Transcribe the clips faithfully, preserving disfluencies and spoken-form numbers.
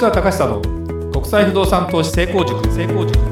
川隆久の国際不動産投資成功塾。成功塾。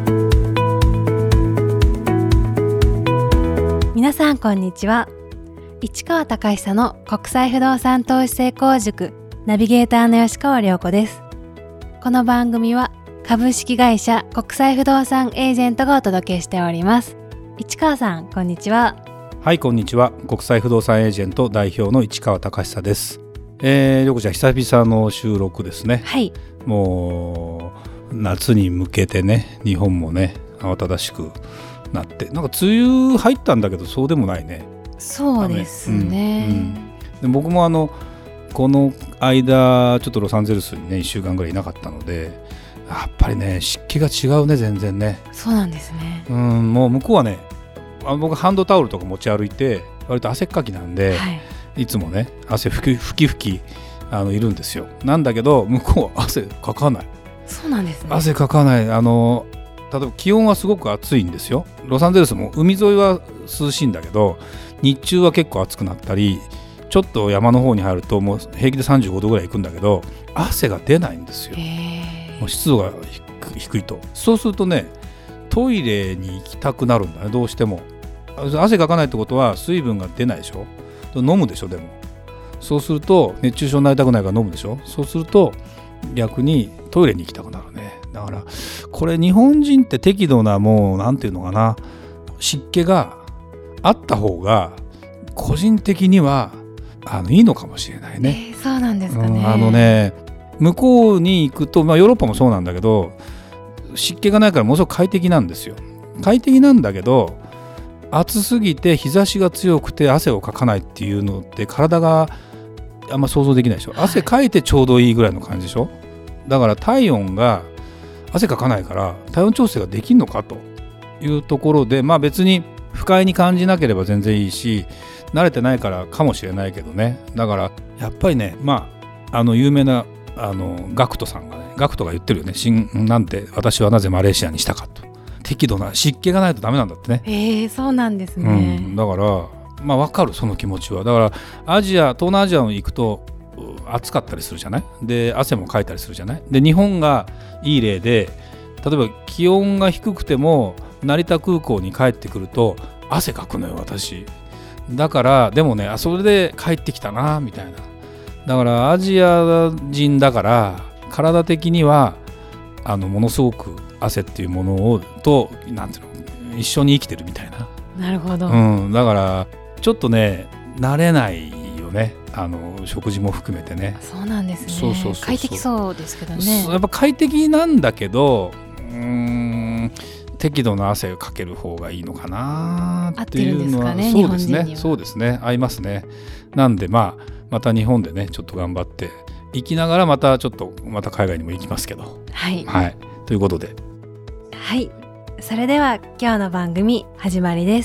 皆さんこんにちは。市川隆久の国際不動産投資成功塾ナビゲーターの吉川良子です。この番組は株式会社国際不動産エージェントがお届けしております。市川さんこんにちは。 はい、こんにちは。国際不動産エージェント代表の市川隆久です。えー、良子ちゃん久々の収録ですね。 はい。 もう夏に向けてね、日本もね慌ただしくなって、なんか梅雨入ったんだけどそうでもないね。 そうですね、 うんうん、で僕もあのこの間ちょっとロサンゼルスにねいっしゅうかんぐらいいなかったので、やっぱりね湿気が違うね、全然ね。 そうなんですね。 うん、もう向こうはね、あ僕ハンドタオルとか持ち歩いて割と汗っかきなんで、はい、いつもね汗ふきふきふきあのいるんですよ。なんだけど向こうは汗かかない。 そうなんですね。 汗かかない。あの例えば気温はすごく暑いんですよ。ロサンゼルスも海沿いは涼しいんだけど、日中は結構暑くなったり、ちょっと山の方に入るともう平気でさんじゅうごどぐらいいくんだけど、汗が出ないんですよ。もう湿度が低いと。そうするとね、トイレに行きたくなるんだね、どうしても。汗かかないってことは水分が出ないでしょ。飲むでしょ。でもそうすると熱中症になりたくないから飲むでしょ。そうすると逆にトイレに行きたくなるね。だからこれ日本人って適度な、もうなんていうのかな、湿気があった方が個人的にはあのいいのかもしれないね。 えー、そうなんですかね。 うん、あのね向こうに行くと、まあ、ヨーロッパもそうなんだけど、湿気がないからものすごく快適なんですよ。快適なんだけど、暑すぎて日差しが強くて汗をかかないっていうのって体があんま想像できないでしょ。汗かいてちょうどいいぐらいの感じでしょ。だから体温が汗かかないから体温調整ができるのかというところで、まあ別に不快に感じなければ全然いいし、慣れてないからかもしれないけどね。だからやっぱりね、まああの有名なあのガクトさんがね、ガクトが言ってるよね。しんなんて私はなぜマレーシアにしたかと。適度な湿気がないとダメなんだってね。 えー、そうなんですね。 うん、だからまあ分かる、その気持ちは。だからアジア、東南アジアに行くと暑かったりするじゃない。で汗もかいたりするじゃない。で日本がいい例で、例えば気温が低くても成田空港に帰ってくると汗かくのよ、私。だからでもね、あそれで帰ってきたなみたいな。だからアジア人だから体的にはあのものすごく汗っていうものをとなんていうの、一緒に生きてるみたいな。 なるほど、 うん、だからちょっとね慣れないよね、あの食事も含めてね。 そうなんですね。 そうそうそうそう、 快適そうですけどね。 やっぱ快適なんだけど、うーん適度な汗をかける方がいいのかなっていうのは。 合ってるんですかね、 そうですね、 日本人には。そうですね、合いますね。なんでまあまた日本でねちょっと頑張って行きながら、またちょっとまた海外にも行きますけど、 はい、 はい、ということで、 はい、それでは今日の番組始まりです。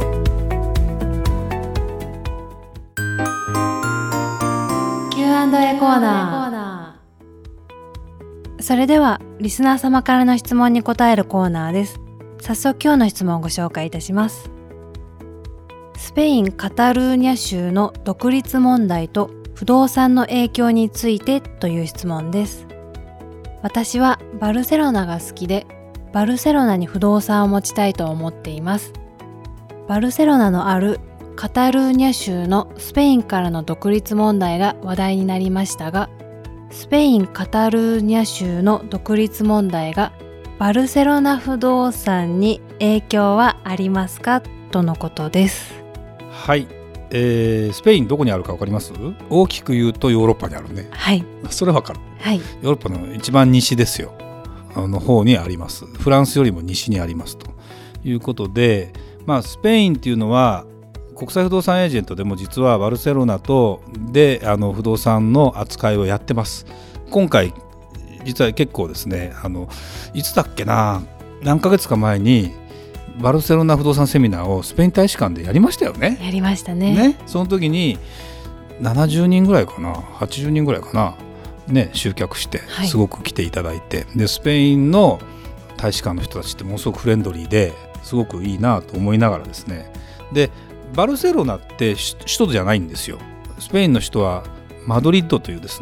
キューアンドエー コーナー。それではリスナー様からの質問に答えるコーナーです。早速今日の質問をご紹介いたします。スペイン・カタルーニャ州の独立問題と不動産の影響についてという質問です。私はバルセロナが好きで、バルセロナに不動産を持ちたいと思っています。バルセロナのあるカタルーニャ州のスペインからの独立問題が話題になりましたが、スペイン・カタルーニャ州の独立問題がバルセロナ不動産に影響はありますかとのことです。 はい、えー、スペインどこにあるか分かります？大きく言うとヨーロッパにあるね。 はい、 それは分かる。 はい、 ヨーロッパの一番西ですよ、あの方にあります。フランスよりも西にありますということで、まあ、スペインっていうのは国際不動産エージェントでも実はバルセロナとであの不動産の扱いをやってます。今回実は結構ですね、あのいつだっけな、何ヶ月か前にバルセロナ不動産セミナーをスペイン大使館でやりましたよね。 やりました ね, ねその時にななじゅうにんぐらいかな、はちじゅうにんぐらいかな、ね、集客してすごく来ていただいて、はい、でスペインの大使館の人たちってものすごくフレンドリーですごくいいなと思いながらですね。でバルセロナって首都じゃないんですよ。スペインの首都はマドリッドというですね、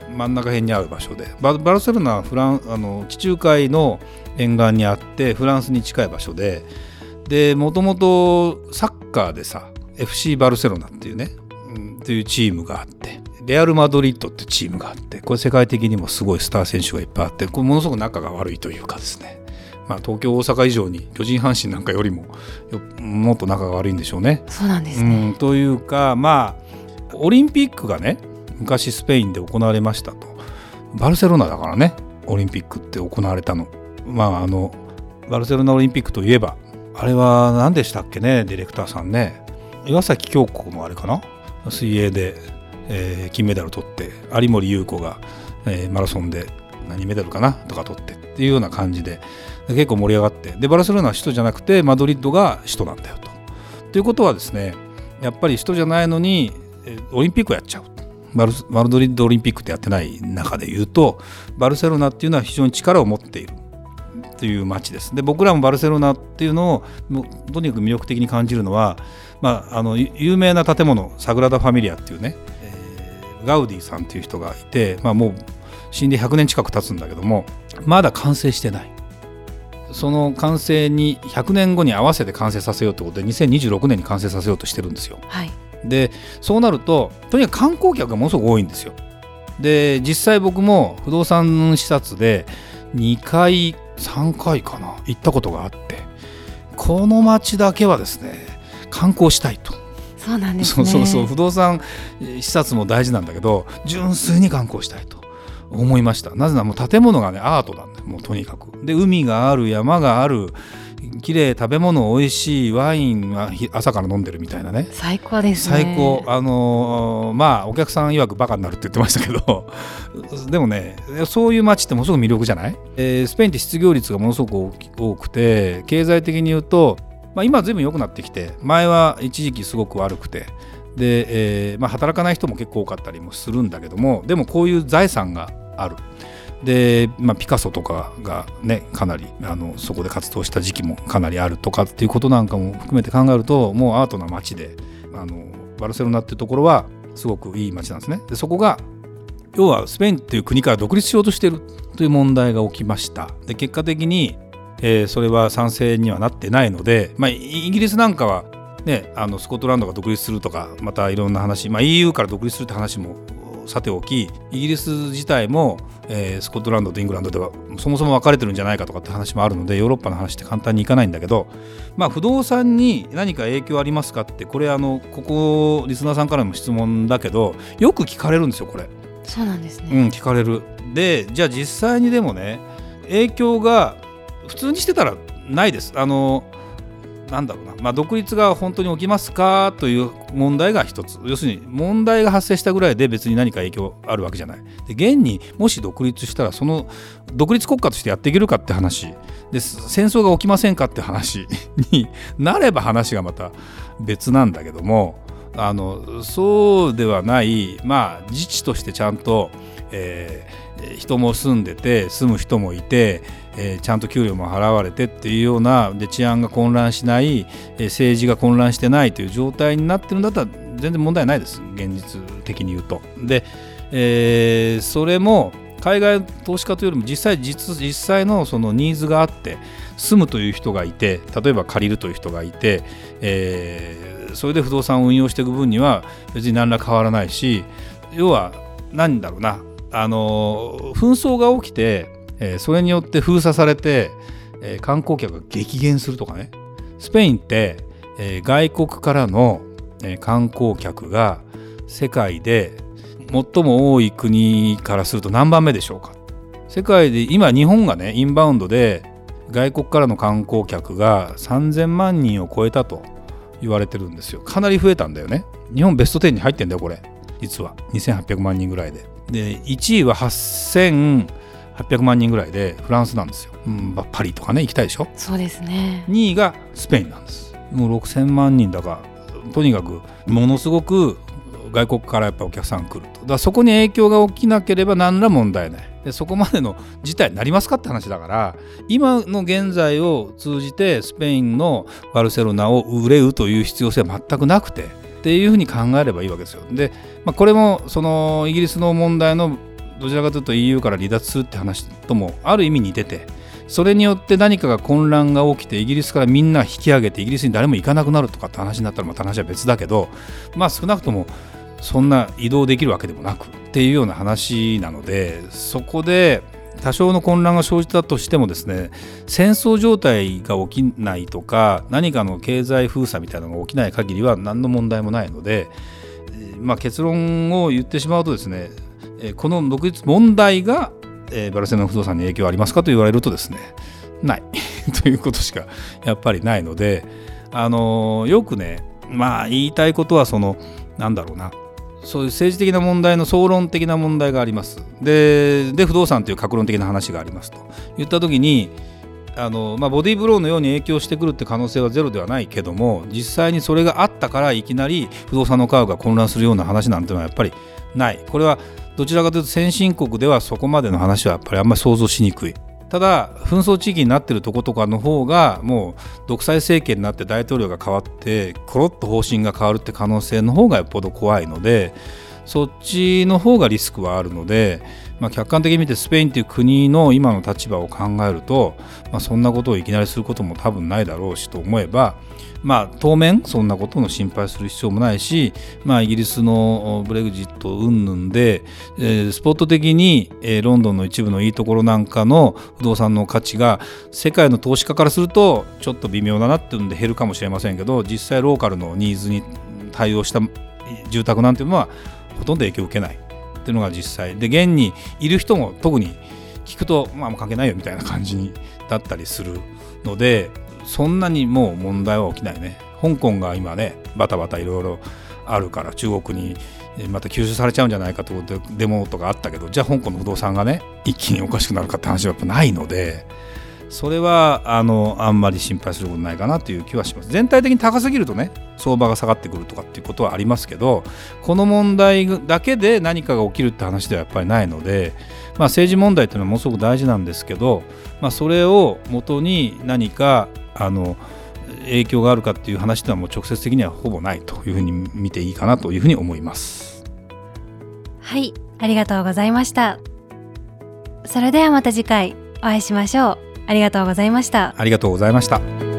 真ん中辺にある場所で、 バ, バルセロナはフランあの地中海の沿岸にあってフランスに近い場所で、でもともとサッカーでさ エフシー バルセロナっていうね、うん、っていうチームがあって、レアル・マドリッドってチームがあって、これ世界的にもすごいスター選手がいっぱいあって、これものすごく仲が悪いというかですね、まあ、東京大阪以上に巨人阪神なんかよりももっと仲が悪いんでしょうね。 そうなんですね、 うん、というか、まあオリンピックがね昔スペインで行われましたと。バルセロナだからねオリンピックって行われたの。まああのバルセロナオリンピックといえばあれは何でしたっけね、ディレクターさんね、岩崎恭子もあれかな、水泳で、えー、金メダルを取って、有森裕子が、えー、マラソンで何メダルかなとか取ってっていうような感じで結構盛り上がって、でバルセロナは首都じゃなくてマドリッドが首都なんだよと。ということはですね、やっぱり首都じゃないのにオリンピックをやっちゃう。バルマドリッドオリンピックってやってない中で言うと、バルセロナっていうのは非常に力を持っているという街です。で僕らもバルセロナっていうのをとにかく魅力的に感じるのは、まあ、あの有名な建物サグラダ・ファミリアっていうね、えー、ガウディさんっていう人がいて、まあ、もう死んでひゃくねん近く経つんだけどもまだ完成してない。その完成にひゃくねんごに合わせて完成させようということでにせんにじゅうろくねんに完成させようとしてるんですよ、 はい、 でそうなるととにかく観光客がものすごく多いんですよ。で実際僕も不動産視察でにかいさんかいかな行ったことがあって、この街だけはですね観光したいと。 そうなんですね。 そうそうそう、不動産視察も大事なんだけど純粋に観光したいと思いました。なぜならもう建物がねアートなんだよ、もうとにかく。で海がある、山がある、綺麗、食べ物美味しい、ワインは朝から飲んでるみたいなね。 最高ですね。 最高。あのー、まあお客さん曰くバカになるって言ってましたけどでもねそういう街ってものすごく魅力じゃない、えー、スペインって失業率がものすごく多くて、経済的に言うと、まあ、今は随分良くなってきて、前は一時期すごく悪くて、で、えーまあ、働かない人も結構多かったりもするんだけども、でもこういう財産がある。で、まあ、ピカソとかがねかなりあのそこで活動した時期もかなりあるとかっていうことなんかも含めて考えると、もうアートな街で、あのバルセロナっていうところはすごくいい街なんですね。でそこが要はスペインっていう国から独立しようとしているという問題が起きました。で結果的に、えー、それは賛成にはなってないので、まあ、イギリスなんかは、ね、あのスコットランドが独立するとか、またいろんな話、まあ、イーユー から独立するって話もさておき、イギリス自体も、えー、スコットランドとイングランドではそもそも分かれてるんじゃないかとかって話もあるので、ヨーロッパの話って簡単にいかないんだけど、まあ、不動産に何か影響ありますかって、これあのここリスナーさんからの質問だけどよく聞かれるんですよこれ。 そうなんですね、 うん、聞かれる。でじゃあ実際にでもね影響が普通にしてたらないです。あのなんだろうな、まあ、独立が本当に起きますかという問題が一つ。要するに問題が発生したぐらいで別に何か影響あるわけじゃない。で現にもし独立したらその独立国家としてやっていけるかって話で、戦争が起きませんかって話になれば話がまた別なんだけども、あのそうではない、まあ、自治としてちゃんと、えー、人も住んでて住む人もいて、えー、ちゃんと給料も払われてっていうようなで治安が混乱しない、えー、政治が混乱してないという状態になってるんだったら全然問題ないです、現実的に言うと。で、えー、それも海外投資家というよりも実際 実, 実際のそのニーズがあって住むという人がいて、例えば借りるという人がいて、えーそれで不動産を運用していく分には別に何ら変わらないし、要は何だろうな、あの紛争が起きて、えー、それによって封鎖されて、えー、観光客が激減するとかね。スペインって、えー、外国からの、えー、観光客が世界で最も多い国からすると何番目でしょうか。世界で今日本がねインバウンドで外国からの観光客がさんぜんまんにんを超えたと言われてるんですよ。かなり増えたんだよね。日本ベストじゅうに入ってんだよこれ、実はにせんはっぴゃくまんにんぐらいで。でいちいははっせんはっぴゃくまんにんぐらいでフランスなんですよ、うん、パリとかね行きたいでしょ。 そうですね。 にいがスペインなんです。もうろくせんまんにんだから、とにかくものすごく外国からやっぱお客さん来ると。だからそこに影響が起きなければ何ら問題ない。でそこまでの事態になりますかって話だから、今の現在を通じてスペインのバルセロナを憂うという必要性は全くなくてっていうふうに考えればいいわけですよ。で、まあ、これもそのイギリスの問題のどちらかというと イーユー から離脱するって話ともある意味似てて、それによって何かが混乱が起きてイギリスからみんな引き上げてイギリスに誰も行かなくなるとかって話になったらまた話は別だけど、まあ少なくともそんな移動できるわけでもなくっていうような話なので、そこで多少の混乱が生じたとしてもですね、戦争状態が起きないとか何かの経済封鎖みたいなのが起きない限りは何の問題もないので、まあ、結論を言ってしまうとですね、この独立問題がバルセロナ不動産に影響ありますかと言われるとですね、ないということしかやっぱりないので、あのよくね、まあ言いたいことはそのなんだろうな、そういう政治的な問題の総論的な問題があります。で、で不動産という格論的な話がありますと言ったときに、あの、まあ、ボディーブローのように影響してくるって可能性はゼロではないけども、実際にそれがあったからいきなり不動産の価格が混乱するような話なんてのはやっぱりない。これはどちらかというと先進国ではそこまでの話はやっぱりあんまり想像しにくい。ただ紛争地域になっているとことかの方がもう独裁政権になって大統領が変わってコロッと方針が変わるって可能性の方がよっぽど怖いので、そっちの方がリスクはあるので、まあ、客観的に見てスペインという国の今の立場を考えると、まあ、そんなことをいきなりすることも多分ないだろうしと思えば、まあ、当面そんなことの心配する必要もないし、まあ、イギリスのブレグジット云々で、えー、スポット的に、えー、ロンドンの一部のいいところなんかの不動産の価値が世界の投資家からするとちょっと微妙だなっていうんで減るかもしれませんけど、実際ローカルのニーズに対応した住宅なんていうのはほとんど影響を受けないっていうのが実際で、現にいる人も特に聞くとまあ関係ないよみたいな感じにだったりするので、そんなにもう問題は起きないね。香港が今ねバタバタいろいろあるから中国にまた吸収されちゃうんじゃないかということでデモとかあったけど、じゃあ香港の不動産がね一気におかしくなるかって話はやっぱないので、それはあのあんまり心配することないかなという気はします。全体的に高すぎるとね相場が下がってくるとかっていうことはありますけど、この問題だけで何かが起きるって話ではやっぱりないので、まあ、政治問題っていうのはものすごく大事なんですけど、まあ、それを元に何かあの影響があるかっていう話ではもう直接的にはほぼないというふうに見ていいかなというふうに思います。 はい、ありがとうございました。それではまた次回お会いしましょう。ありがとうございました。 ありがとうございました。